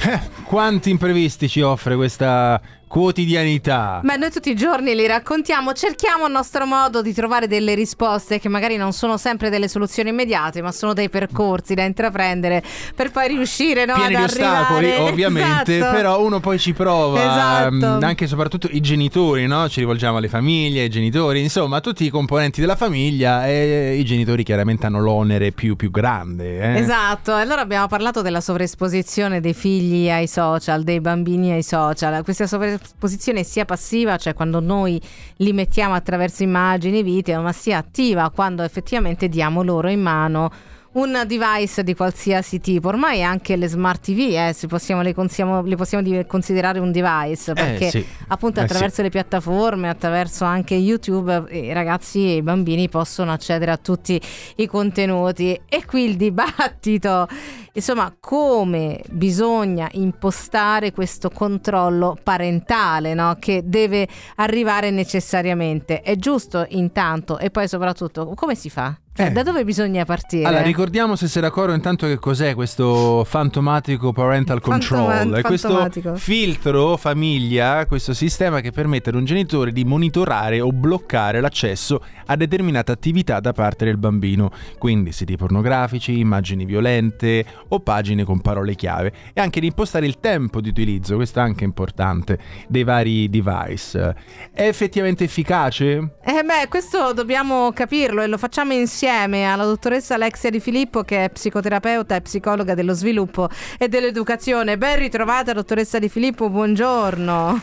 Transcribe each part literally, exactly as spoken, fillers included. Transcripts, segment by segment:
Eh, quanti imprevisti ci offre questa quotidianità. Ma noi tutti i giorni li raccontiamo, cerchiamo a nostro modo di trovare delle risposte che magari non sono sempre delle soluzioni immediate, ma sono dei percorsi da intraprendere per poi riuscire, no, pieni ad di ostacoli, arrivare. ovviamente, esatto. Però uno poi ci prova. Esatto. Anche e soprattutto i genitori, no? Ci rivolgiamo alle famiglie, ai genitori, insomma tutti i componenti della famiglia, e i genitori chiaramente hanno l'onere più, più grande, eh? Esatto. Allora abbiamo parlato della sovraesposizione dei figli ai social, dei bambini ai social. Questa sovraesposizione sia passiva, cioè quando noi li mettiamo attraverso immagini, video, ma sia attiva quando effettivamente diamo loro in mano un device di qualsiasi tipo. Ormai anche le smart tivù eh, si possiamo, le, consiamo, le possiamo di, considerare un device, perché eh, sì. appunto eh, attraverso sì. le piattaforme, attraverso anche YouTube, i ragazzi e i bambini possono accedere a tutti i contenuti. E qui il dibattito, insomma, come bisogna impostare questo controllo parentale, no? Che deve arrivare necessariamente. È giusto intanto, e poi soprattutto come si fa? Cioè, Eh. da dove bisogna partire? Allora, ricordiamo, se sei d'accordo, intanto che cos'è questo fantomatico parental control. Fantoma- È questo fantomatico. filtro famiglia, questo sistema che permette ad un genitore di monitorare o bloccare l'accesso a determinate attività da parte del bambino, quindi siti pornografici, immagini violente o pagine con parole chiave, e anche di impostare il tempo di utilizzo, questo è anche importante, dei vari device. È effettivamente efficace? Eh beh, questo dobbiamo capirlo e lo facciamo insieme alla dottoressa Alexia Di Filippo, che è psicoterapeuta e psicologa dello sviluppo e dell'educazione. Ben ritrovata, dottoressa Di Filippo, buongiorno.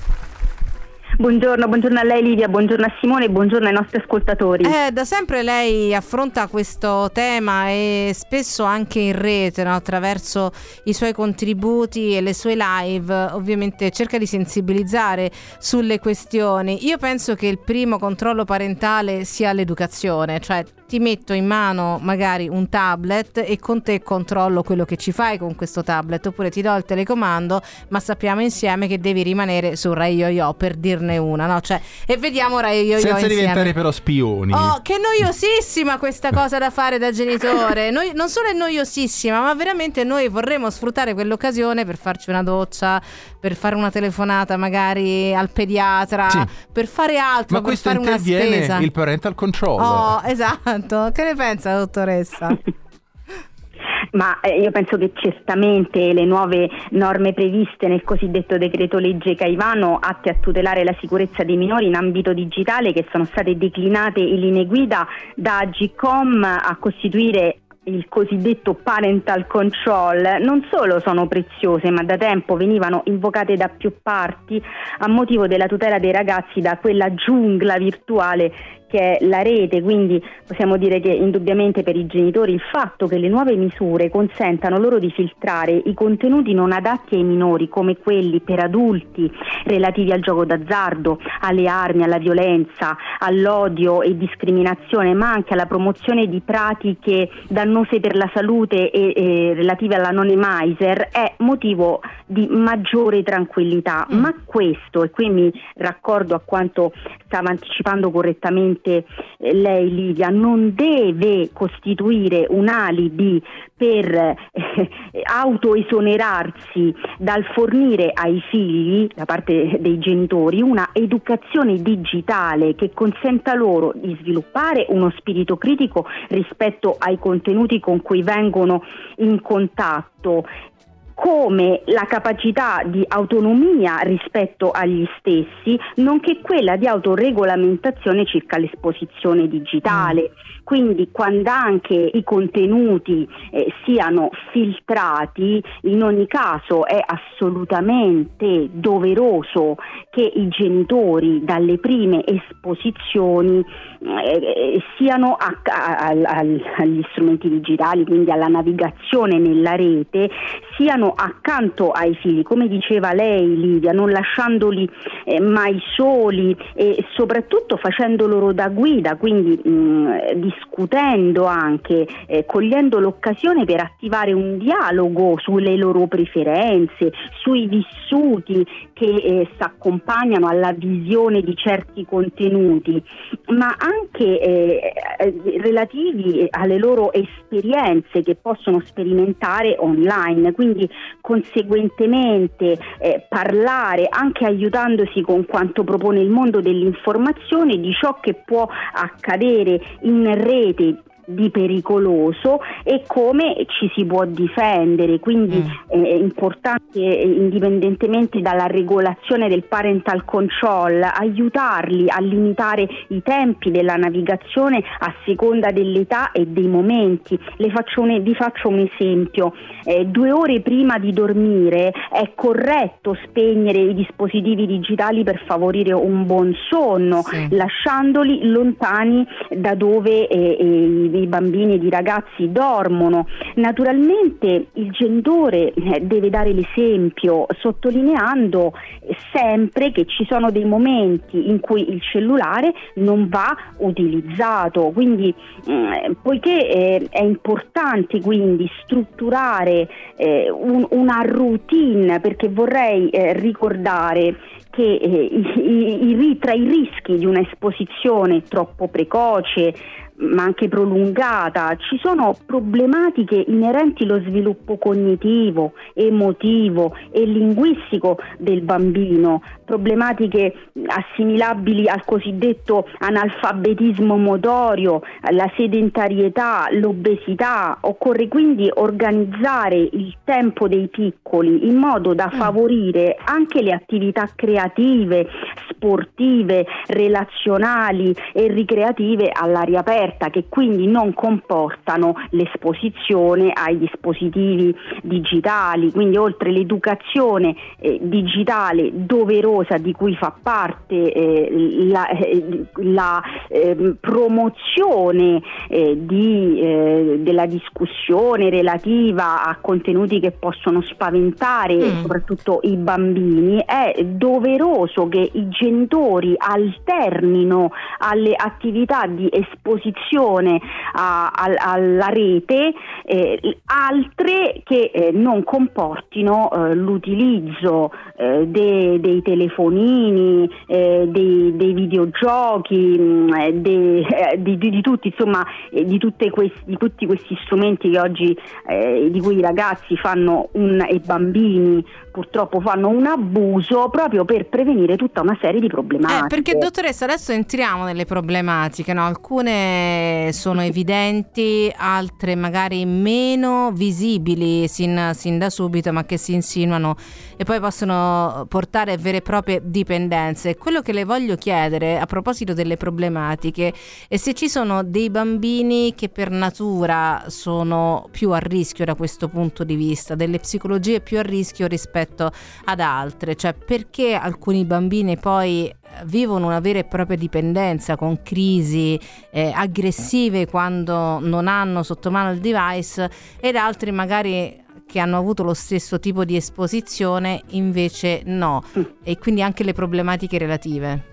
Buongiorno, buongiorno a lei Livia, buongiorno a Simone e buongiorno ai nostri ascoltatori. Eh, da sempre lei affronta questo tema e spesso anche in rete, no? Attraverso i suoi contributi e le sue live, ovviamente cerca di sensibilizzare sulle questioni. Io penso che il primo controllo parentale sia l'educazione, cioè ti metto in mano magari un tablet e con te controllo quello che ci fai con questo tablet, oppure ti do il telecomando, ma sappiamo insieme che devi rimanere su Rai Yo-Yo, per dirne una, no? Cioè, e vediamo Rai Yo-Yo senza insieme. diventare però spioni. Oh, che noiosissima questa cosa da fare da genitore. Noi, non solo è noiosissima, ma veramente noi vorremmo sfruttare quell'occasione per farci una doccia, per fare una telefonata magari al pediatra, Sì. per fare altro, Ma per questo fare una interviene spesa. il parental control. Oh, esatto. Che ne pensa, dottoressa? Ma eh, io penso che certamente le nuove norme previste nel cosiddetto decreto legge Caivano, atte a tutelare la sicurezza dei minori in ambito digitale, che sono state declinate in linee guida da Agcom a costituire il cosiddetto parental control, non solo sono preziose, ma da tempo venivano invocate da più parti a motivo della tutela dei ragazzi da quella giungla virtuale che è la rete. Quindi possiamo dire che indubbiamente per i genitori il fatto che le nuove misure consentano loro di filtrare i contenuti non adatti ai minori, come quelli per adulti relativi al gioco d'azzardo, alle armi, alla violenza, all'odio e discriminazione, ma anche alla promozione di pratiche dannose per la salute e, e relative all'anonymizer, è motivo di maggiore tranquillità. Mm. Ma questo, e qui mi raccordo a quanto stava anticipando correttamente lei Livia, non deve costituire un alibi per eh, autoesonerarsi dal fornire ai figli, da parte dei genitori, una educazione digitale che consenta loro di sviluppare uno spirito critico rispetto ai contenuti con cui vengono in contatto, come la capacità di autonomia rispetto agli stessi, nonché quella di autoregolamentazione circa l'esposizione digitale. Quindi quando anche i contenuti eh, siano filtrati, in ogni caso è assolutamente doveroso che i genitori dalle prime esposizioni eh, siano a, a, a, agli strumenti digitali, quindi alla navigazione nella rete, siano accanto ai figli, come diceva lei Livia, non lasciandoli eh, mai soli e soprattutto facendo loro da guida, quindi mh, di discutendo anche, eh, cogliendo l'occasione per attivare un dialogo sulle loro preferenze, sui vissuti che eh, si accompagnano alla visione di certi contenuti, ma anche eh, relativi alle loro esperienze che possono sperimentare online, quindi conseguentemente eh, parlare anche aiutandosi con quanto propone il mondo dell'informazione di ciò che può accadere in rete di pericoloso e come ci si può difendere, quindi mm. è importante, indipendentemente dalla regolazione del parental control, aiutarli a limitare i tempi della navigazione a seconda dell'età e dei momenti. Le faccio un, vi faccio un esempio: eh, due ore prima di dormire è corretto spegnere i dispositivi digitali per favorire un buon sonno, sì. lasciandoli lontani da dove eh, eh, i bambini ed i ragazzi dormono. Naturalmente il genitore deve dare l'esempio, sottolineando sempre che ci sono dei momenti in cui il cellulare non va utilizzato, quindi eh, poiché eh, è importante quindi strutturare eh, un, una routine, perché vorrei eh, ricordare che eh, i, i, tra i rischi di un'esposizione troppo precoce ma anche prolungata ci sono problematiche inerenti allo sviluppo cognitivo, emotivo e linguistico del bambino, problematiche assimilabili al cosiddetto analfabetismo motorio, alla sedentarietà, l'obesità. Occorre quindi organizzare il tempo dei piccoli in modo da favorire anche le attività creative, sportive, relazionali e ricreative all'aria aperta, che quindi non comportano l'esposizione ai dispositivi digitali. Quindi oltre l'educazione eh, digitale doverosa di cui fa parte eh, la, eh, la eh, promozione eh, di, eh, della discussione relativa a contenuti che possono spaventare mm. soprattutto i bambini, è doveroso che i genitori alternino alle attività di esposizione A, a, alla rete eh, altre che eh, non comportino eh, l'utilizzo eh, de, dei telefonini, eh, dei, dei videogiochi, mh, de, eh, di, di, di tutti insomma eh, di, tutte questi, di tutti questi strumenti che oggi eh, di cui i ragazzi fanno un, e i bambini purtroppo fanno un abuso, proprio per prevenire tutta una serie di problematiche. Eh, perché dottoressa, adesso entriamo nelle problematiche, no? Alcune sono evidenti, altre magari meno visibili sin, sin da subito, ma che si insinuano e poi possono portare a vere e proprie dipendenze. Quello che le voglio chiedere a proposito delle problematiche è se ci sono dei bambini che per natura sono più a rischio da questo punto di vista, delle psicologie più a rischio rispetto ad altre, cioè perché alcuni bambini poi vivono una vera e propria dipendenza con crisi eh, aggressive quando non hanno sotto mano il device, ed altri magari che hanno avuto lo stesso tipo di esposizione invece no, e quindi anche le problematiche relative.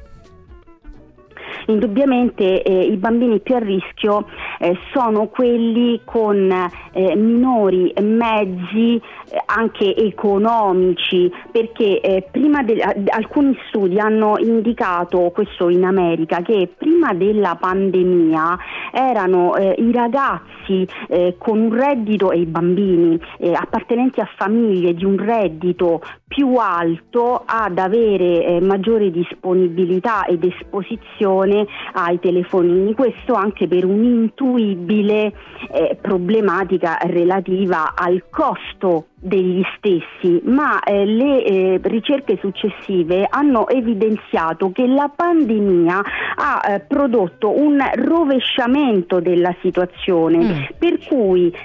Indubbiamente eh, i bambini più a rischio eh, sono quelli con eh, minori mezzi eh, anche economici, perché eh, prima de- alcuni studi hanno indicato, questo in America, che prima della pandemia erano eh, i ragazzi eh, con un reddito e i bambini eh, appartenenti a famiglie di un reddito più alto ad avere eh, maggiore disponibilità ed esposizione ai telefonini, questo anche per un'intuibile eh, problematica relativa al costo degli stessi, ma eh, le eh, ricerche successive hanno evidenziato che la pandemia ha eh, prodotto un rovesciamento della situazione, mm. per cui eh,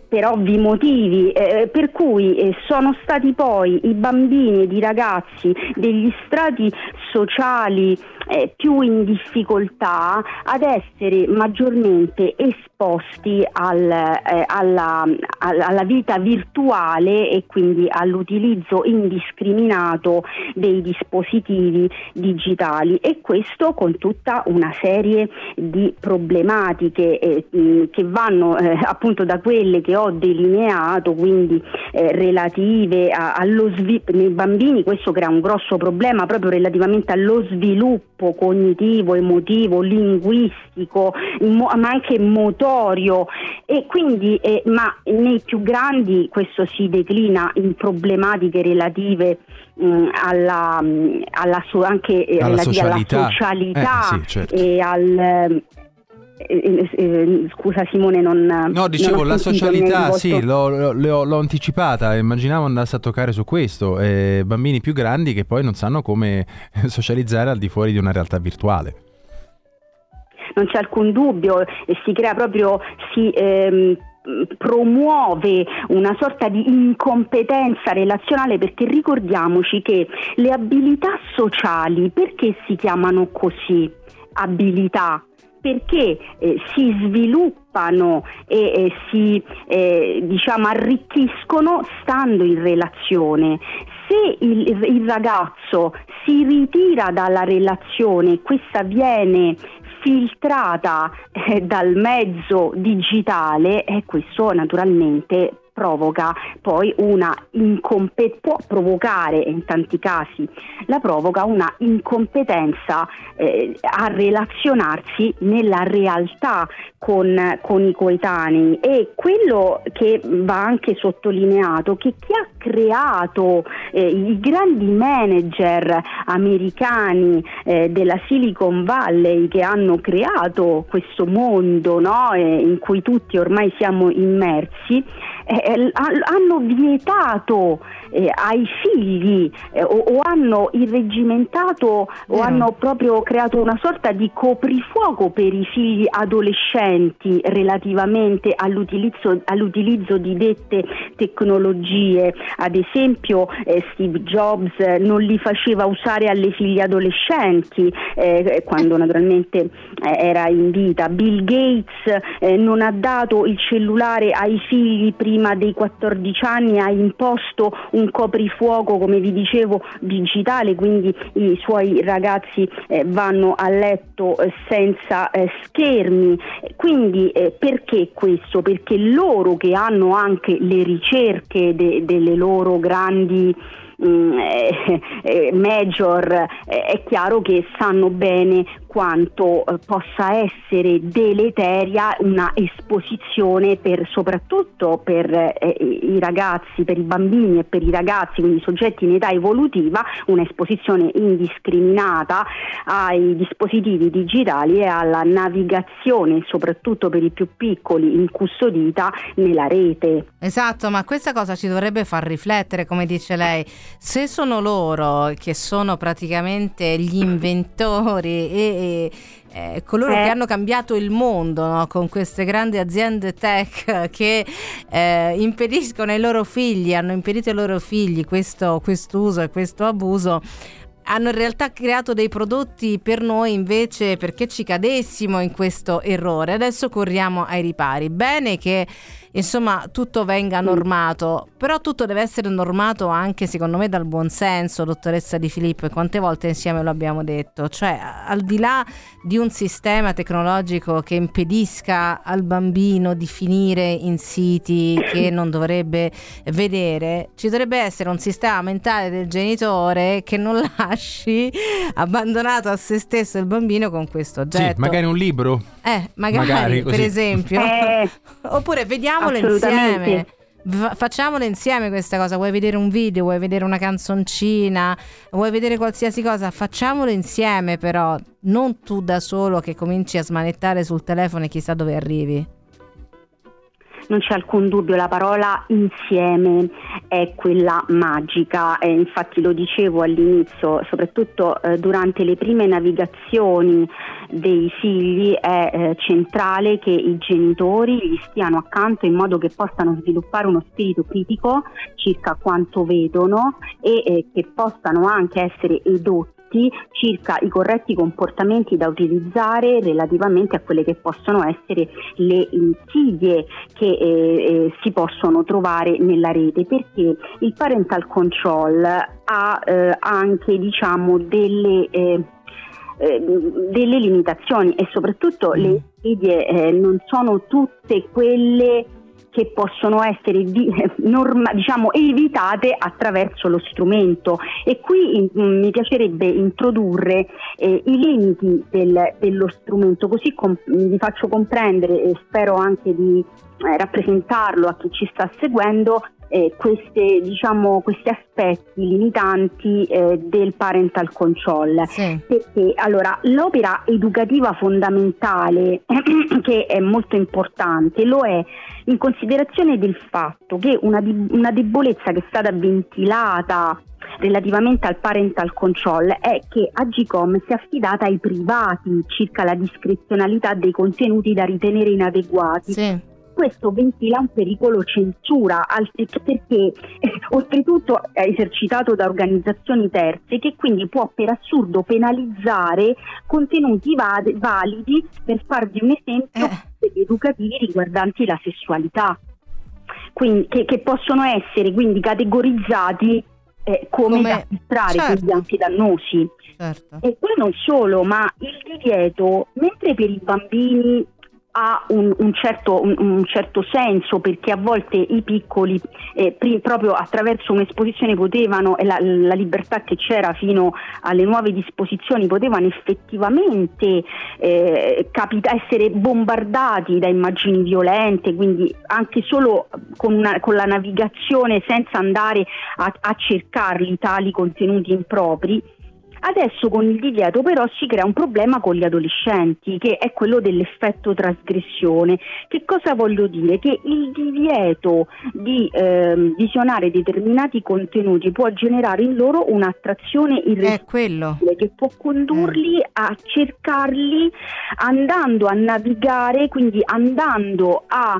per ovvi motivi, eh, per cui eh, sono stati poi i bambini ed i ragazzi degli strati sociali eh, più in difficoltà ad essere maggiormente esposti al, eh, alla, alla vita virtuale e quindi all'utilizzo indiscriminato dei dispositivi digitali, e questo con tutta una serie di problematiche eh, che vanno eh, appunto da quelle che ho delineato, quindi eh, relative a, allo sviluppo nei bambini. Questo crea un grosso problema proprio relativamente allo sviluppo cognitivo, emotivo, linguistico, mo- ma anche motorio, e quindi eh, ma nei più grandi questo si declina in problematiche relative mh, alla, mh, alla so- anche eh, alla relative socialità, alla socialità eh, sì, certo. e al Eh, eh, scusa Simone, non no dicevo non la socialità, vostro... sì, l'ho, l'ho, l'ho anticipata, immaginavo andasse a toccare su questo, eh, bambini più grandi che poi non sanno come socializzare al di fuori di una realtà virtuale. Non c'è alcun dubbio, e si crea proprio si ehm, promuove una sorta di incompetenza relazionale, perché ricordiamoci che le abilità sociali, perché si chiamano così abilità? Perché eh, si sviluppano e eh, si eh, diciamo arricchiscono stando in relazione. Se il, il ragazzo si ritira dalla relazione, questa viene filtrata eh, dal mezzo digitale, e questo naturalmente provoca poi una incompetenza, può provocare in tanti casi la provoca una incompetenza eh, a relazionarsi nella realtà con, con i coetanei. E quello che va anche sottolineato, che chi ha creato eh, i grandi manager americani eh, della Silicon Valley, che hanno creato questo mondo, no, eh, in cui tutti ormai siamo immersi, eh, hanno vietato eh, ai figli eh, o, o hanno irreggimentato o Yeah. hanno proprio creato una sorta di coprifuoco per i figli adolescenti relativamente all'utilizzo, all'utilizzo di dette tecnologie. Ad esempio eh, Steve Jobs non li faceva usare alle figlie adolescenti eh, quando naturalmente eh, era in vita. Bill Gates eh, non ha dato il cellulare ai figli prima dei quattordici anni, ha imposto un coprifuoco, come vi dicevo, digitale, quindi i suoi ragazzi eh, vanno a letto eh, senza eh, schermi. Quindi eh, perché questo? Perché loro, che hanno anche le ricerche de- delle loro grandi Mm, eh, eh, major, eh, è chiaro che sanno bene quanto eh, possa essere deleteria una esposizione, per soprattutto per eh, i ragazzi, per i bambini e per i ragazzi, quindi soggetti in età evolutiva, un'esposizione indiscriminata ai dispositivi digitali e alla navigazione, soprattutto per i più piccoli, incustodita nella rete. Esatto, ma questa cosa ci dovrebbe far riflettere, come dice lei. Se sono loro che sono praticamente gli inventori e, e eh, coloro eh. che hanno cambiato il mondo, no? Con queste grandi aziende tech che eh, impediscono ai loro figli, hanno impedito ai loro figli questo uso e questo abuso, hanno in realtà creato dei prodotti per noi invece perché ci cadessimo in questo errore. Adesso corriamo ai ripari. Bene che insomma tutto venga normato, però tutto deve essere normato anche secondo me dal buonsenso, dottoressa Di Filippo, e quante volte insieme lo abbiamo detto, cioè al di là di un sistema tecnologico che impedisca al bambino di finire in siti che non dovrebbe vedere, ci dovrebbe essere un sistema mentale del genitore che non lasci abbandonato a se stesso il bambino con questo oggetto. Sì, magari un libro. Eh, magari, magari per esempio. Eh, Oppure vediamolo insieme. V- facciamolo insieme questa cosa. Vuoi vedere un video, vuoi vedere una canzoncina, vuoi vedere qualsiasi cosa, facciamolo insieme, però non tu da solo che cominci a smanettare sul telefono e chissà dove arrivi. non c'è alcun dubbio, la parola insieme è quella magica, e infatti lo dicevo all'inizio, soprattutto eh, durante le prime navigazioni dei figli è eh, centrale che i genitori gli stiano accanto in modo che possano sviluppare uno spirito critico circa quanto vedono e eh, che possano anche essere edotti circa i corretti comportamenti da utilizzare relativamente a quelle che possono essere le insidie che eh, eh, si possono trovare nella rete, perché il parental control ha eh, anche diciamo delle eh, eh, delle limitazioni e soprattutto mm. le insidie eh, non sono tutte quelle che possono essere vi, norma, diciamo, evitate attraverso lo strumento, e qui in, mi piacerebbe introdurre eh, i limiti del, dello strumento, così com, vi faccio comprendere e spero anche di eh, rappresentarlo a chi ci sta seguendo eh, queste, diciamo, questi aspetti limitanti eh, del parental control. Sì. Perché allora l'opera educativa fondamentale che è molto importante lo è in considerazione del fatto che una, di, una debolezza che è stata ventilata relativamente al parental control è che Agcom si è affidata ai privati circa la discrezionalità dei contenuti da ritenere inadeguati. Sì. Questo ventila un pericolo censura, perché eh, oltretutto è esercitato da organizzazioni terze, che quindi può per assurdo penalizzare contenuti va- validi. Per farvi un esempio, eh. educativi riguardanti la sessualità, quindi, che, che possono essere quindi categorizzati eh, come, come da filtrare, certo. quindi anche dannosi. Certo. E poi non solo, ma il divieto, mentre per i bambini ha un, un, certo, un, un certo senso, perché a volte i piccoli eh, pri- proprio attraverso un'esposizione potevano, e la, la libertà che c'era fino alle nuove disposizioni, potevano effettivamente eh, capita- essere bombardati da immagini violente, quindi anche solo con, una, con la navigazione senza andare a, a cercarli tali contenuti impropri. Adesso con il divieto però si crea un problema con gli adolescenti, che è quello dell'effetto trasgressione. Che cosa voglio dire? Che il divieto di eh, visionare determinati contenuti può generare in loro un'attrazione irresistibile che può condurli eh. a cercarli, andando a navigare, quindi andando a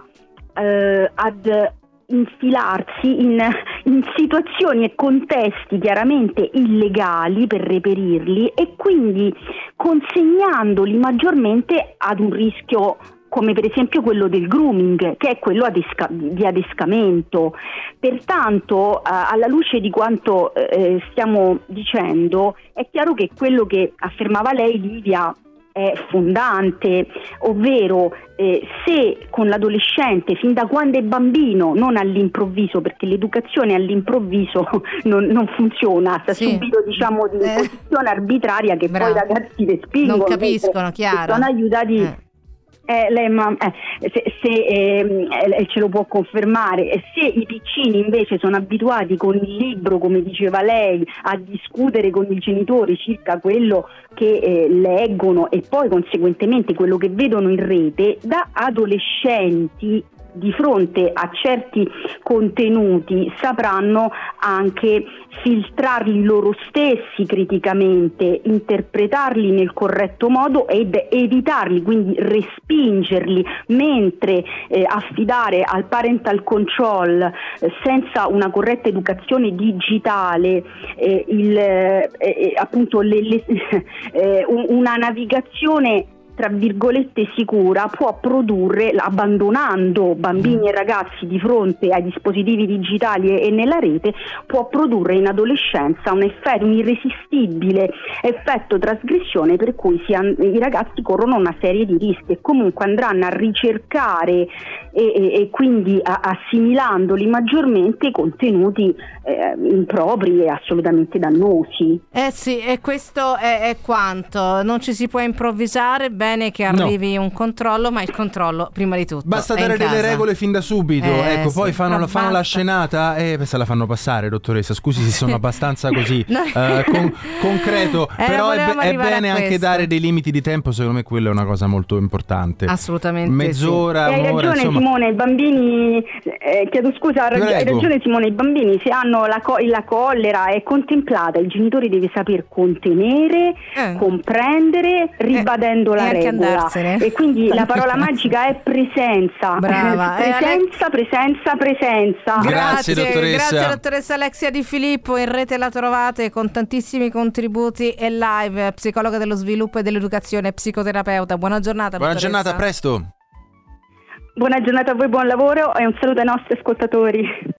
eh, ad infilarsi in, in situazioni e contesti chiaramente illegali per reperirli, e quindi consegnandoli maggiormente ad un rischio come per esempio quello del grooming, che è quello adesca- di adescamento. Pertanto, eh, alla luce di quanto eh, stiamo dicendo, è chiaro che quello che affermava lei, Livia, è fondante, ovvero eh, se con l'adolescente fin da quando è bambino, non all'improvviso, perché l'educazione all'improvviso non, non funziona, sta sì. subito diciamo di eh. posizione arbitraria che Bravo. Poi i ragazzi respingono, non capiscono, chiaro, sono aiutati eh. Eh, lei, ma, eh, se, se eh, eh, ce lo può confermare, se i piccini invece sono abituati con il libro, come diceva lei, a discutere con i genitori circa quello che eh, leggono e poi conseguentemente quello che vedono in rete, da adolescenti di fronte a certi contenuti sapranno anche filtrarli loro stessi criticamente, interpretarli nel corretto modo ed evitarli, quindi respingerli, mentre eh, affidare al parental control eh, senza una corretta educazione digitale eh, il, eh, appunto le, le, eh, una navigazione tra virgolette sicura può produrre, abbandonando bambini e ragazzi di fronte ai dispositivi digitali e, e nella rete, può produrre in adolescenza un effetto, un irresistibile effetto trasgressione, per cui si an- i ragazzi corrono una serie di rischi e comunque andranno a ricercare e, e, e quindi a- assimilandoli maggiormente contenuti eh, impropri e assolutamente dannosi. Eh sì, e questo è, è quanto, non ci si può improvvisare. bene che arrivi no. un controllo, ma il controllo prima di tutto basta dare delle casa. regole fin da subito, eh, ecco, sì, poi fanno, fanno la scenata e eh, se la fanno passare, dottoressa, scusi se sono abbastanza così no. uh, con, concreto, eh, però è, be- è bene anche dare dei limiti di tempo, secondo me quello è una cosa molto importante. Assolutamente mezz'ora, sì. Hai un'ora, ragione insomma. Simone, i bambini eh, chiedo scusa, rag- hai ragione Simone, i bambini se hanno la, co- la collera è contemplata, il genitore deve saper contenere, eh. comprendere, ribadendo eh. la e regola e quindi la parola magica è presenza. Brava. presenza, presenza, presenza. Grazie, grazie dottoressa. Grazie dottoressa Alexia Di Filippo, in rete la trovate con tantissimi contributi e live, psicologa dello sviluppo e dell'educazione, psicoterapeuta. Buona giornata. Buona dottoressa. giornata, a presto. Buona giornata a voi, buon lavoro e un saluto ai nostri ascoltatori.